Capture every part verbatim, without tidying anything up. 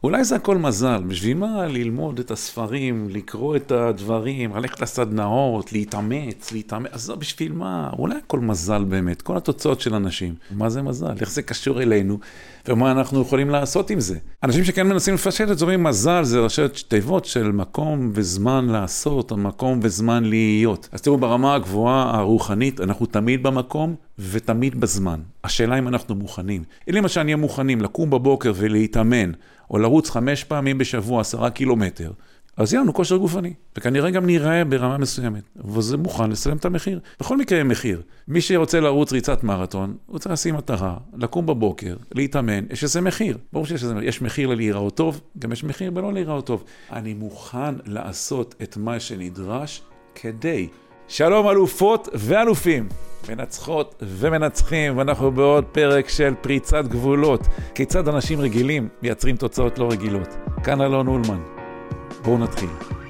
אולי זה הכל מזל, בשביל מה ללמוד את הספרים, לקרוא את הדברים, ללכת לסדנאות, להתאמץ, להתאמץ, אז לא בשביל מה, אולי הכל מזל באמת, כל התוצאות של אנשים. מה זה מזל? איך זה קשור אלינו, ומה אנחנו יכולים לעשות עם זה? אנשים שכן מנסים לפשט את זה, אומרים מזל זה ראשי תיבות של מקום וזמן לעשות, או מקום וזמן להיות. אז תראו, ברמה הגבוהה הרוחנית, אנחנו תמיד במקום ותמיד בזמן. השאלה אם אנחנו מוכנים. אם למשל נהיה מוכנים לקום בבוקר ולהתאמן, או לרוץ חמש פעמים בשבוע, עשרה קילומטר, אז יהיה לנו כושר גופני, וכנראה גם נראה ברמה מסוימת, וזה מוכן לסלם את המחיר. בכל מקרה יהיה מחיר. מי שרוצה לרוץ ריצת מרתון, הוא צריך לשים מטרה, לקום בבוקר, להתאמן, יש איזה מחיר. ברור שיש איזה, יש מחיר ללהיראות טוב, גם יש מחיר בלא להיראות טוב. אני מוכן לעשות את מה שנדרש כדי. שלום אלופות ואלופים, מנצחות ומנצחים, ואנחנו בעוד פרק של פריצת גבולות. כיצד אנשים רגילים מייצרים תוצאות לא רגילות. כאן אלון אולמן. בואו נתחיל.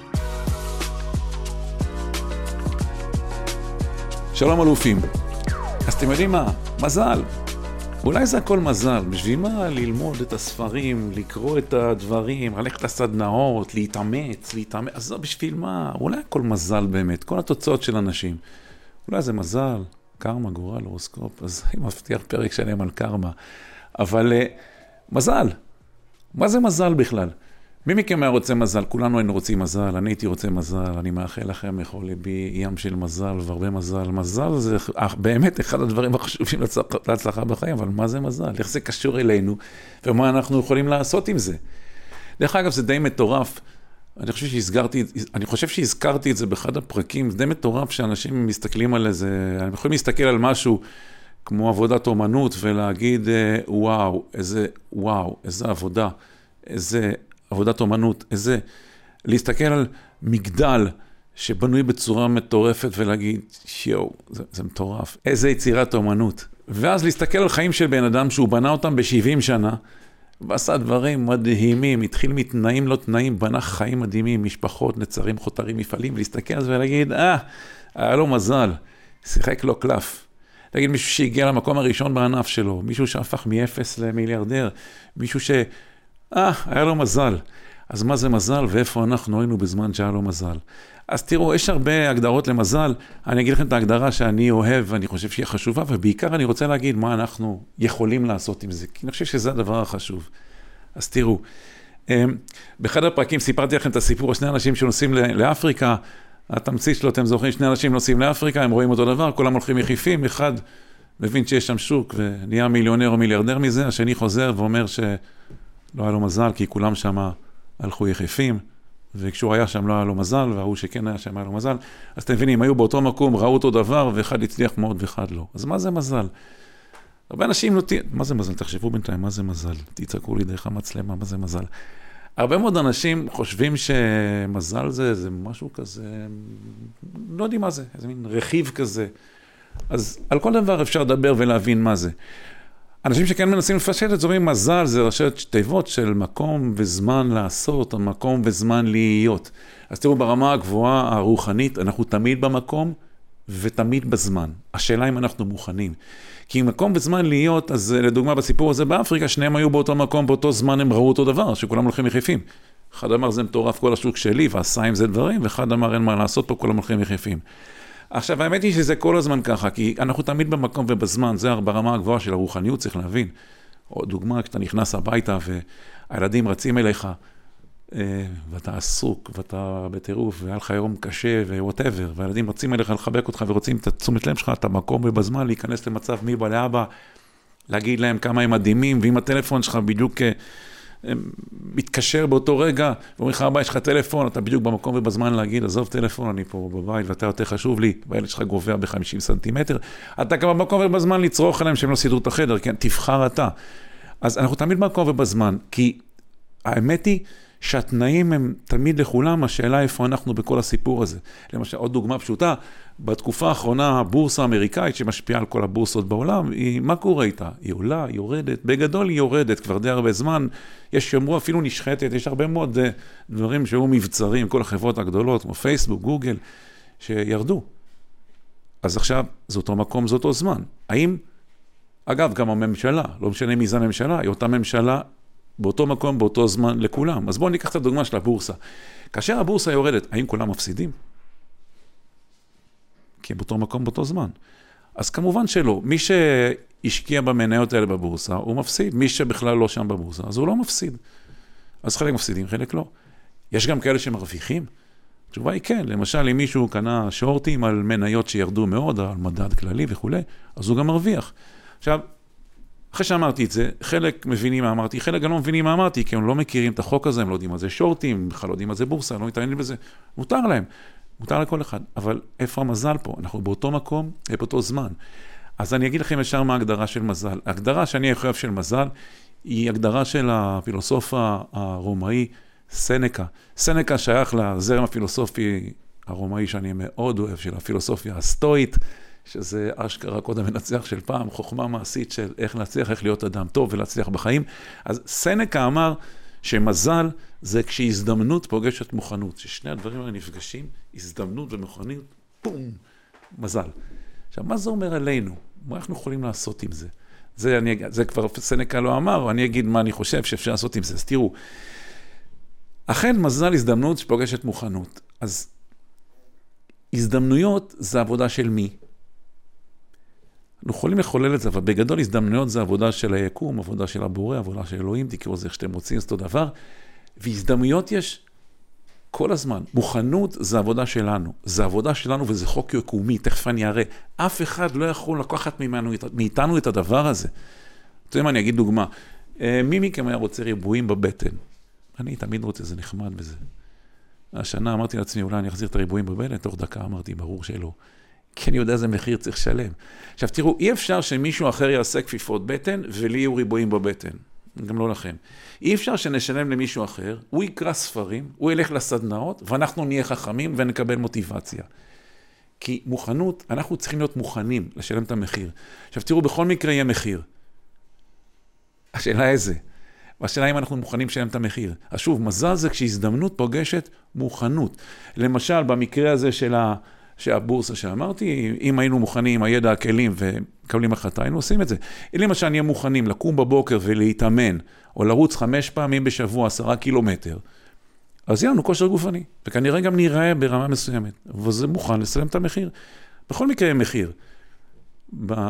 שלום אלופים. אז אתם יודעים מה? מזל. אולי זה הכל מזל. בשביל מה ללמוד את הספרים, לקרוא את הדברים, ללכת לסדנאות, להתאמץ, להתאמץ. אז לא בשביל מה? אולי הכל מזל באמת. כל התוצאות של אנשים. אולי זה מזל, קרמה, גורל, הורוסקופ. אז אני מבטיח פרק שלם על קרמה. אבל uh, מזל. מה זה מזל בכלל? מי מכם היה רוצה מזל? כולנו היינו רוצים מזל, אני הייתי רוצה מזל, אני מאחל לכם מכל ליבי ים של מזל והרבה מזל. מזל זה באמת אחד הדברים החשובים להצלחה בחיים, אבל מה זה מזל? איך זה קשור אלינו ומה אנחנו יכולים לעשות עם זה? דרך אגב, זה די מטורף. אני חושב שהזכרתי, אני חושב שהזכרתי את זה באחד הפרקים, זה די מטורף שאנשים מסתכלים על איזה, הם יכולים להסתכל על משהו כמו עבודת אומנות ולהגיד, וואו, איזה, וואו, איזה עבודה, איזה עבודת אומנות, איזה, להסתכל על מגדל שבנוי בצורה מטורפת ולהגיד, שיו, זה, זה מטורף, איזה יצירת אומנות. ואז להסתכל על חיים של בן אדם שהוא בנה אותם ב-שבעים שנה, ועשה דברים מדהימים, התחיל מתנאים לא תנאים, בנה חיים מדהימים, משפחות, נצרים, חותרים, מפעלים, ולהסתכל על זה ולהגיד, אה, היה לו מזל, שיחק לו קלף. להגיד מישהו שהגיע למקום הראשון בענף שלו, מישהו שהפך מאפס למיליארדר, מישהו ש... אה, היה לו מזל. אז מה זה מזל ואיפה אנחנו היינו בזמן שהיה לו מזל? אז תראו, יש הרבה הגדרות למזל. אני אגיד לכם את ההגדרה שאני אוהב ואני חושב שהיא חשובה, ובעיקר אני רוצה להגיד מה אנחנו יכולים לעשות עם זה, כי אני חושב שזה הדבר החשוב. אז תראו, באחד הפרקים סיפרתי לכם את הסיפור על שני אנשים שנוסעים לאפריקה, התמצית שלו, אתם זוכרים, שני אנשים נוסעים לאפריקה, הם רואים אותו דבר, כולם הולכים יחיפים, אחד מבין שיש שם שוק ונהיה מיליונר או מיליארדר מזה, השני חוזר ואומר ש... לא היה לו מזל, כי כולם שם הלכו יחפים, וכשהוא היה שם לא היה לו מזל, והוא שכן היה שם היה לו מזל. אז אתם מבינים, היו באותו מקום, ראו אותו דבר, ואחד הצליח מאוד ואחד לא. אז מה זה מזל? הרבה אנשים לא תהיה... מה זה מזל? תחשבו בינתיים, מה זה מזל? תצעקו לי דרך המצלמה, מה זה מזל? הרבה מאוד אנשים חושבים שמזל זה, זה משהו כזה, לא יודעים מה זה, איזה מין רכיב כזה. אז על כל דבר אפשר לדבר ולהבין מה זה. אנשים שכן מנסים לפשט את זה, אומרים, מזל זה ראשי תיבות של מקום וזמן לעשות, או מקום וזמן להיות. אז תראו, ברמה הגבוהה הרוחנית, אנחנו תמיד במקום ותמיד בזמן. השאלה אם אנחנו מוכנים. כי אם מקום וזמן להיות, אז לדוגמה בסיפור הזה באפריקה, שניהם היו באותו מקום, באותו זמן הם ראו אותו דבר, שכולם הולכים יחפים. אחד אמר, זה מטורף כל השוק שלי, ועשה עם זה דברים, ואחד אמר, אין מה לעשות פה, כולם הולכים יחפים. עכשיו, האמת היא שזה כל הזמן ככה, כי אנחנו תמיד במקום ובזמן, זה ברמה הגבוהה של הרוחניות, צריך להבין. או דוגמה, כשאתה נכנס הביתה והילדים רצים אליך, ואתה עסוק, ואתה בטירוף, והיה לך יום קשה ווואטאבר, והילדים רצים אליך לחבק אותך ורוצים את תשומת לב שלך, אתה מקום ובזמן להיכנס למצב מבא לאבא, להגיד להם כמה הם מדהימים, ואם הטלפון שלך בדיוק מתקשר באותו רגע, ואומרים לך, אבא, יש לך טלפון, אתה בדיוק במקום ובזמן להגיד, עזוב טלפון, אני פה בבית, ואתה יותר חשוב לי, והילד שלך גובע ב-חמישים סנטימטר, אתה גם במקום ובזמן לצרוך עליהם שהם לא סידרו את החדר, כן, תבחר אתה. אז אנחנו תמיד במקום ובזמן, כי האמת היא שהתנאים הם תמיד לכולם, השאלה איפה אנחנו בכל הסיפור הזה. למשל, עוד דוגמה פשוטה, בתקופה האחרונה, הבורסה האמריקאית שמשפיעה על כל הבורסות בעולם, היא, מה קורה איתה? היא עולה, היא יורדת, בגדול היא יורדת, כבר די הרבה זמן, יש שאמרו אפילו נשחטת, יש הרבה מאוד דברים שהיו מבצרים, כל החברות הגדולות, כמו פייסבוק, גוגל, שירדו. אז עכשיו, זה אותו מקום, זה אותו זמן. האם, אגב, גם הממשלה, לא משנה מי זה הממשלה, היא אותה ממשלה, באותו מקום, באותו זמן לכולם. אז בואו ניקח את הדוגמה של הבורסה. כאשר הבורסה יורדת, האם כולם מפסידים? כי באותו מקום, באותו זמן. אז כמובן שלא. מי שהשקיע במניות האלה בבורסה, הוא מפסיד. מי שבכלל לא שם בבורסה, אז הוא לא מפסיד. אז חלק מפסידים, חלק לא. יש גם כאלה שמרוויחים? התשובה היא כן. למשל, אם מישהו קנה שורטים על מניות שירדו מאוד, על מדד כללי וכו', אז הוא גם מרוויח. עכשיו, אחרי שאמרתי את זה, חלק מבינים מה אמרתי, חלק גם לא מבינים מה אמרתי, כי הם לא מכירים את החוק הזה, הם לא יודעים מה זה שורטים, בכלל לא יודעים מה זה בורסה, לא מתעניינים בזה. מותר להם, מותר לכל אחד. אבל איפה המזל פה? אנחנו באותו מקום, באותו זמן. אז אני אגיד לכם ישר מה ההגדרה של מזל. ההגדרה שאני אוהב של מזל, היא הגדרה של הפילוסוף הרומאי, סנקה. סנקה שייך לזרם הפילוסופי הרומאי שאני מאוד אוהב, של הפילוסופיה הסטואית, שזה אשכרה קוד המנצח של פעם, חוכמה מעשית של איך להצליח, איך להיות אדם טוב ולהצליח בחיים. אז סנקה אמר שמזל זה כשהזדמנות פוגשת מוכנות, ששני הדברים האלה נפגשים, הזדמנות ומוכנות, פום, מזל. עכשיו, מה זה אומר עלינו? מה אנחנו יכולים לעשות עם זה? זה, אני, זה כבר סנקה לא אמר, אני אגיד מה אני חושב שאפשר לעשות עם זה. אז תראו, אכן מזל הזדמנות שפוגשת מוכנות. אז הזדמנויות זה עבודה של מי? אנחנו יכולים לחולל את זה, אבל בגדול הזדמנויות זה עבודה של היקום, עבודה של הבורא, עבודה של אלוהים, תקראו זה איך שאתם רוצים, זה אותו דבר. והזדמנויות יש כל הזמן. מוכנות זה עבודה שלנו. זה עבודה שלנו וזה חוק יקומי, תכף אני אראה. אף אחד לא יכול לקחת ממנו, מאיתנו את הדבר הזה. אתה יודע מה, אני אגיד דוגמה. מי מכם היה רוצה ריבועים בבטן? אני תמיד רוצה, זה נחמד וזה. השנה אמרתי לעצמי, אולי אני אחזיר את הריבועים בבטן, תוך דקה אמרתי, ברור שלא. כי אני יודע איזה מחיר צריך לשלם. עכשיו תראו, אי אפשר שמישהו אחר יעשה כפיפות בטן, ולי יהיו ריבועים בבטן. גם לא לכם. אי אפשר שנשלם למישהו אחר, הוא יקרא ספרים, הוא ילך לסדנאות, ואנחנו נהיה חכמים ונקבל מוטיבציה. כי מוכנות, אנחנו צריכים להיות מוכנים לשלם את המחיר. עכשיו תראו, בכל מקרה יהיה מחיר. השאלה איזה? והשאלה אם אנחנו מוכנים לשלם את המחיר. אז שוב, מזל זה כשהזדמנות פוגשת מוכנות. למשל, במקרה הזה של ה... שהבורסה שאמרתי, אם היינו מוכנים, הידע, הכלים ומקבלים החלטה, היינו עושים את זה. למשל, נהיה מוכנים לקום בבוקר ולהתאמן, או לרוץ חמש פעמים בשבוע, עשרה קילומטר, אז יהיה לנו כושר גופני, וכנראה גם נראה ברמה מסוימת, וזה מוכן לסלם את המחיר. בכל מקרה יהיה מחיר. ב...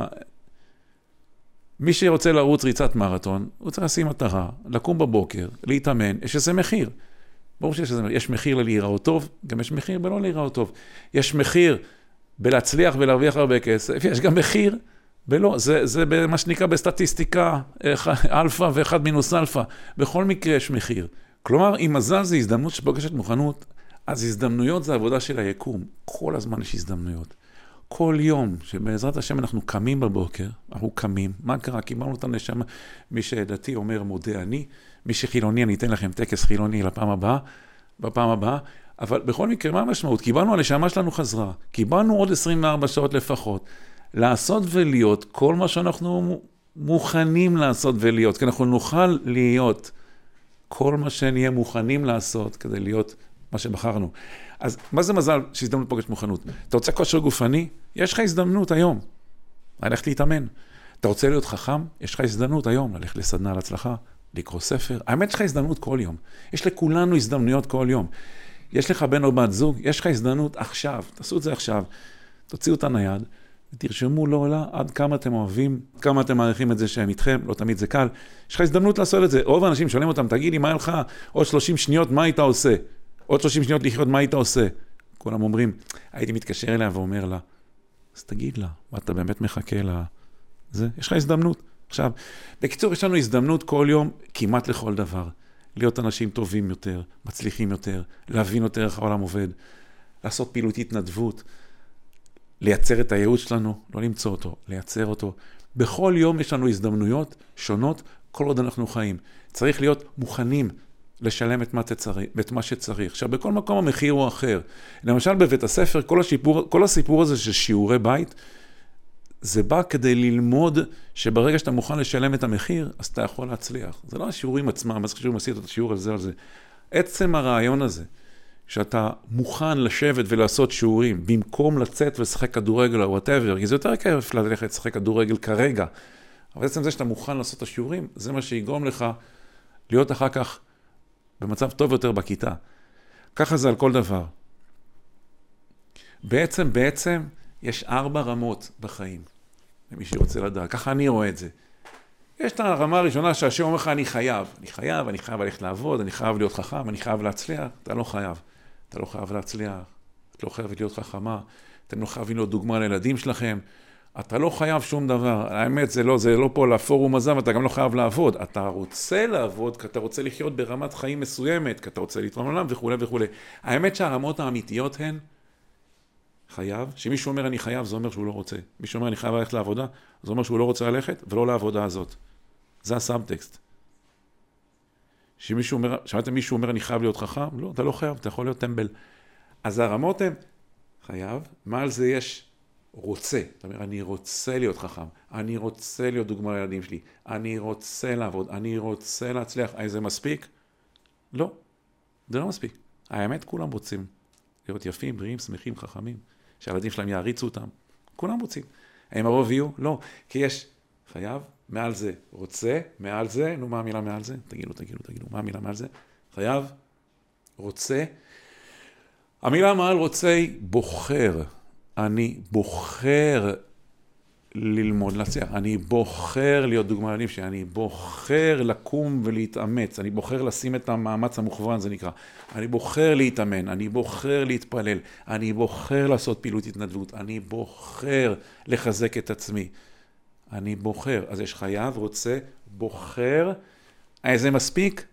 מי שרוצה לרוץ ריצת מרתון, הוא צריך לשים מטרה, לקום בבוקר, להתאמן, יש איזה מחיר. ברור שיש יש מחיר ללהיראות טוב, גם יש מחיר בלא להיראות טוב. יש מחיר בלהצליח ולהרוויח הרבה כסף, יש גם מחיר בלא, זה, זה מה שנקרא בסטטיסטיקה, אלפא ואחד מינוס אלפא. בכל מקרה יש מחיר. כלומר, אם מזל זה הזדמנות שפוגשת מוכנות, אז הזדמנויות זה עבודה של היקום. כל הזמן יש הזדמנויות. כל יום שבעזרת השם אנחנו קמים בבוקר, אנחנו קמים, מה קרה? קיבלנו את הנשמה, מי שדתי אומר מודה אני, מי שחילוני, אני אתן לכם טקס חילוני לפעם הבאה, בפעם הבאה, אבל בכל מקרה, מה המשמעות? קיבלנו, הנשמה שלנו חזרה, קיבלנו עוד עשרים וארבע שעות לפחות, לעשות ולהיות כל מה שאנחנו מוכנים לעשות ולהיות, כי אנחנו נוכל להיות כל מה שנהיה מוכנים לעשות כדי להיות מה שבחרנו. אז מה זה מזל שהזדמנות פוגשת מוכנות? אתה רוצה כושר גופני? יש לך הזדמנות היום. ללכת להתאמן. אתה רוצה להיות חכם? יש לך הזדמנות היום. ללכת לסדנה על הצלחה, לקרוא ספר. האמת יש לך הזדמנות כל יום. יש לכולנו הזדמנויות כל יום. יש לך בן או בת זוג, יש לך הזדמנות עכשיו. תעשו את זה עכשיו. תוציאו את הנייד, ותרשמו לא עולה עד כמה אתם אוהבים, כמה אתם מעריכים את זה שהם איתכם, לא תמיד זה קל. יש לך הזדמנות לעשות את זה. רוב האנשים שואלים אותם, תגיד לי, מה היה לך עוד שלושים שניות, מה היית עושה? עוד שלושים שניות לחיות, מה היית עושה? כולם אומרים, הייתי מתקשר אליה ואומר לה, אז תגיד לה, ואתה באמת מחכה לה, זה, יש לך הזדמנות. עכשיו, בקיצור, יש לנו הזדמנות כל יום, כמעט לכל דבר. להיות אנשים טובים יותר, מצליחים יותר, להבין יותר איך העולם עובד, לעשות פעילות התנדבות, לייצר את הייעוד שלנו, לא למצוא אותו, לייצר אותו. בכל יום יש לנו הזדמנויות שונות, כל עוד אנחנו חיים. צריך להיות מוכנים לשלם את מה, תצריך, את מה שצריך. עכשיו, בכל מקום המחיר הוא אחר. למשל, בבית הספר, כל, השיפור, כל הסיפור הזה של שיעורי בית, זה בא כדי ללמוד שברגע שאתה מוכן לשלם את המחיר, אז אתה יכול להצליח. זה לא השיעורים עצמם, מה זה חשוב לעשות את השיעור על זה, על זה. עצם הרעיון הזה, שאתה מוכן לשבת ולעשות שיעורים, במקום לצאת ולשחק כדורגל או whatever, כי זה יותר כיף ללכת לשחק כדורגל כרגע. אבל בעצם זה שאתה מוכן לעשות את השיעורים, זה מה שיגרום לך להיות אחר כך במצב טוב יותר בכיתה. ככה זה על כל דבר. בעצם, בעצם, יש ארבע רמות בחיים, למי שרוצה לדעת. ככה אני רואה את זה. יש את הרמה הראשונה שהשם אומר לך, אני חייב. אני חייב, אני חייב ללכת לעבוד, אני חייב להיות חכם, אני חייב להצליח. אתה לא חייב. אתה לא חייב להצליח. אתה לא חייב להיות חכמה. אתם לא חייבים להיות דוגמה לילדים שלכם. אתה לא חייב שום דבר. האמת, זה לא, זה לא פה לפורום הזה, ואתה גם לא חייב לעבוד. אתה רוצה לעבוד, כי אתה רוצה לחיות ברמת חיים מסוימת, כי אתה רוצה לתרום לעולם וכו' וכו'. האמת שהרמות האמיתיות הן חייב. שמישהו אומר אני חייב, זה אומר שהוא לא רוצה. מישהו אומר אני חייב ללכת לעבודה, זה אומר שהוא לא רוצה ללכת ולא לעבודה הזאת. זה הסאבטקסט. שמישהו אומר, שמעתם מישהו אומר אני חייב להיות חכם? לא, אתה לא חייב, אתה יכול להיות טמבל. אז הרמות הן חייב, מעל זה יש רוצה. זאת אומרת, אני רוצה להיות חכם, אני רוצה להיות דוגמה לילדים שלי, אני רוצה לעבוד, אני רוצה להצליח. האם זה מספיק? לא, זה לא מספיק. האמת, כולם רוצים להיות יפים, בריאים, שמחים, חכמים, שהילדים שלהם יעריצו אותם. כולם רוצים. האם הרוב יהיו? לא. כי יש חייב, מעל זה רוצה, מעל זה, נו, מה המילה מעל זה? תגידו, תגידו, תגידו, מה המילה מעל זה? חייב, רוצה. המילה מעל רוצה היא בוחר. אני בוחר ללמוד, להצליח. אני בוחר להיות דוגמה לילדים שלי. אני בוחר לקום ולהתאמץ. אני בוחר לשים את המאמץ המוכוון, זה נקרא. אני בוחר להתאמן. אני בוחר להתפלל. אני בוחר לעשות פעילות התנדבות. אני בוחר לחזק את עצמי. אני בוחר. אז יש חייב, רוצה, בוחר. זה מספיק?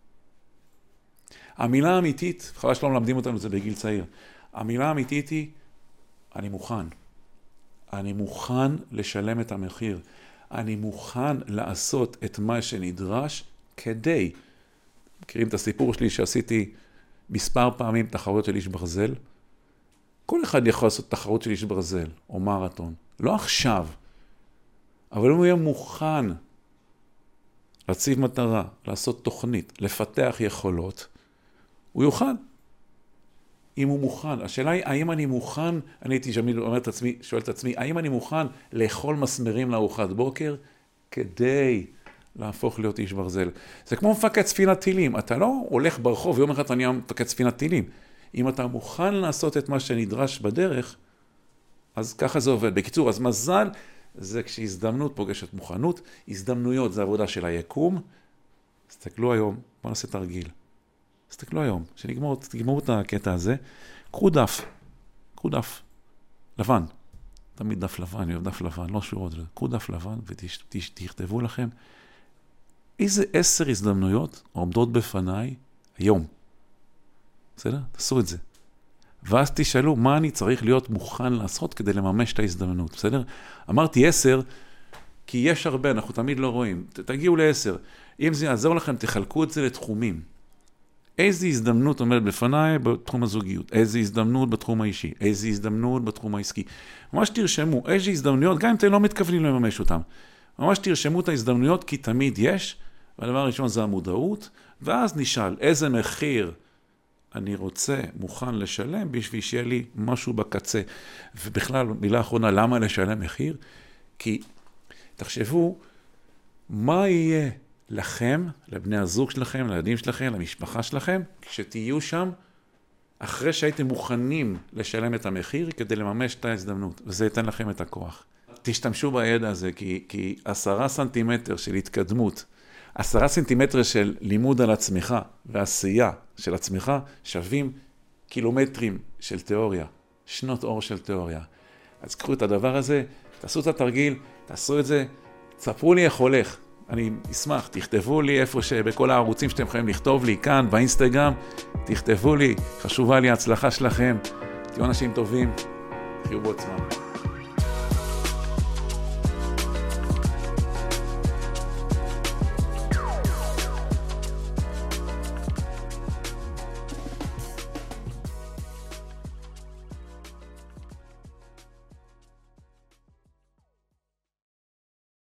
המילה האמיתית, חבל שלא מלמדים אותנו את זה בגיל צעיר. המילה האמיתית היא, אני מוכן. אני מוכן לשלם את המחיר. אני מוכן לעשות את מה שנדרש כדי. מכירים את הסיפור שלי שעשיתי מספר פעמים תחרויות של איש ברזל? כל אחד יכול לעשות תחרות של איש ברזל או מרתון. לא עכשיו. אבל אם הוא יהיה מוכן להציב מטרה, לעשות תוכנית, לפתח יכולות, הוא יוכל. אם הוא מוכן. השאלה היא, האם אני מוכן, אני הייתי שמיד אומר את עצמי, שואל את עצמי, האם אני מוכן לאכול מסמרים לארוחת בוקר כדי להפוך להיות איש ברזל? זה כמו מפקד ספינת טילים. אתה לא הולך ברחוב ויום אחד אני מפקד ספינת טילים. אם אתה מוכן לעשות את מה שנדרש בדרך, אז ככה זה עובד. בקיצור, אז מזל זה כשהזדמנות פוגשת מוכנות, הזדמנויות זה עבודה של היקום. תסתכלו היום, בוא נעשה תרגיל. תסתכלו היום, שנגמור, תגמרו את הקטע הזה, קחו דף, קחו דף לבן, תמיד דף לבן, אני אוהב דף לבן, לא שורות, קחו דף לבן ותכתבו לכם איזה עשר הזדמנויות עומדות בפניי היום. בסדר? תעשו את זה. ואז תשאלו מה אני צריך להיות מוכן לעשות כדי לממש את ההזדמנות. בסדר? אמרתי עשר, כי יש הרבה, אנחנו תמיד לא רואים. תגיעו לעשר. אם זה יעזור לכם, תחלקו את זה לתחומים. איזו הזדמנות עומדת בפניי בתחום הזוגיות, איזו הזדמנות בתחום האישי, איזו הזדמנות בתחום העסקי. ממש תרשמו, איזו הזדמנויות, גם אם אתם לא מתכוונים לממש אותם. ממש תרשמו את ההזדמנויות, כי תמיד יש, והדבר הראשון זה המודעות, ואז נשאל איזה מחיר אני רוצה, מוכן לשלם, בשביל שיהיה לי משהו בקצה. ובכלל, מילה אחרונה, למה לשלם מחיר? כי תחשבו, מה יהיה לכם, לבני הזוג שלכם, לילדים שלכם, למשפחה שלכם, כשתהיו שם, אחרי שהייתם מוכנים לשלם את המחיר, כדי לממש את ההזדמנות, וזה ייתן לכם את הכוח. תשתמשו בידע הזה, כי, כי עשרה סנטימטר של התקדמות, עשרה סנטימטר של לימוד על עצמך, ועשייה של עצמך, שווים קילומטרים של תיאוריה, שנות אור של תיאוריה. אז קחו את הדבר הזה, תעשו את התרגיל, תעשו את זה, תספרו לי איך הולך. אני אשמח, תכתבו לי איפה שבכל הערוצים שאתם יכולים לכתוב לי, כאן, באינסטגרם, תכתבו לי, חשובה לי ההצלחה שלכם, תהיו אנשים טובים, חיו בעוצמה.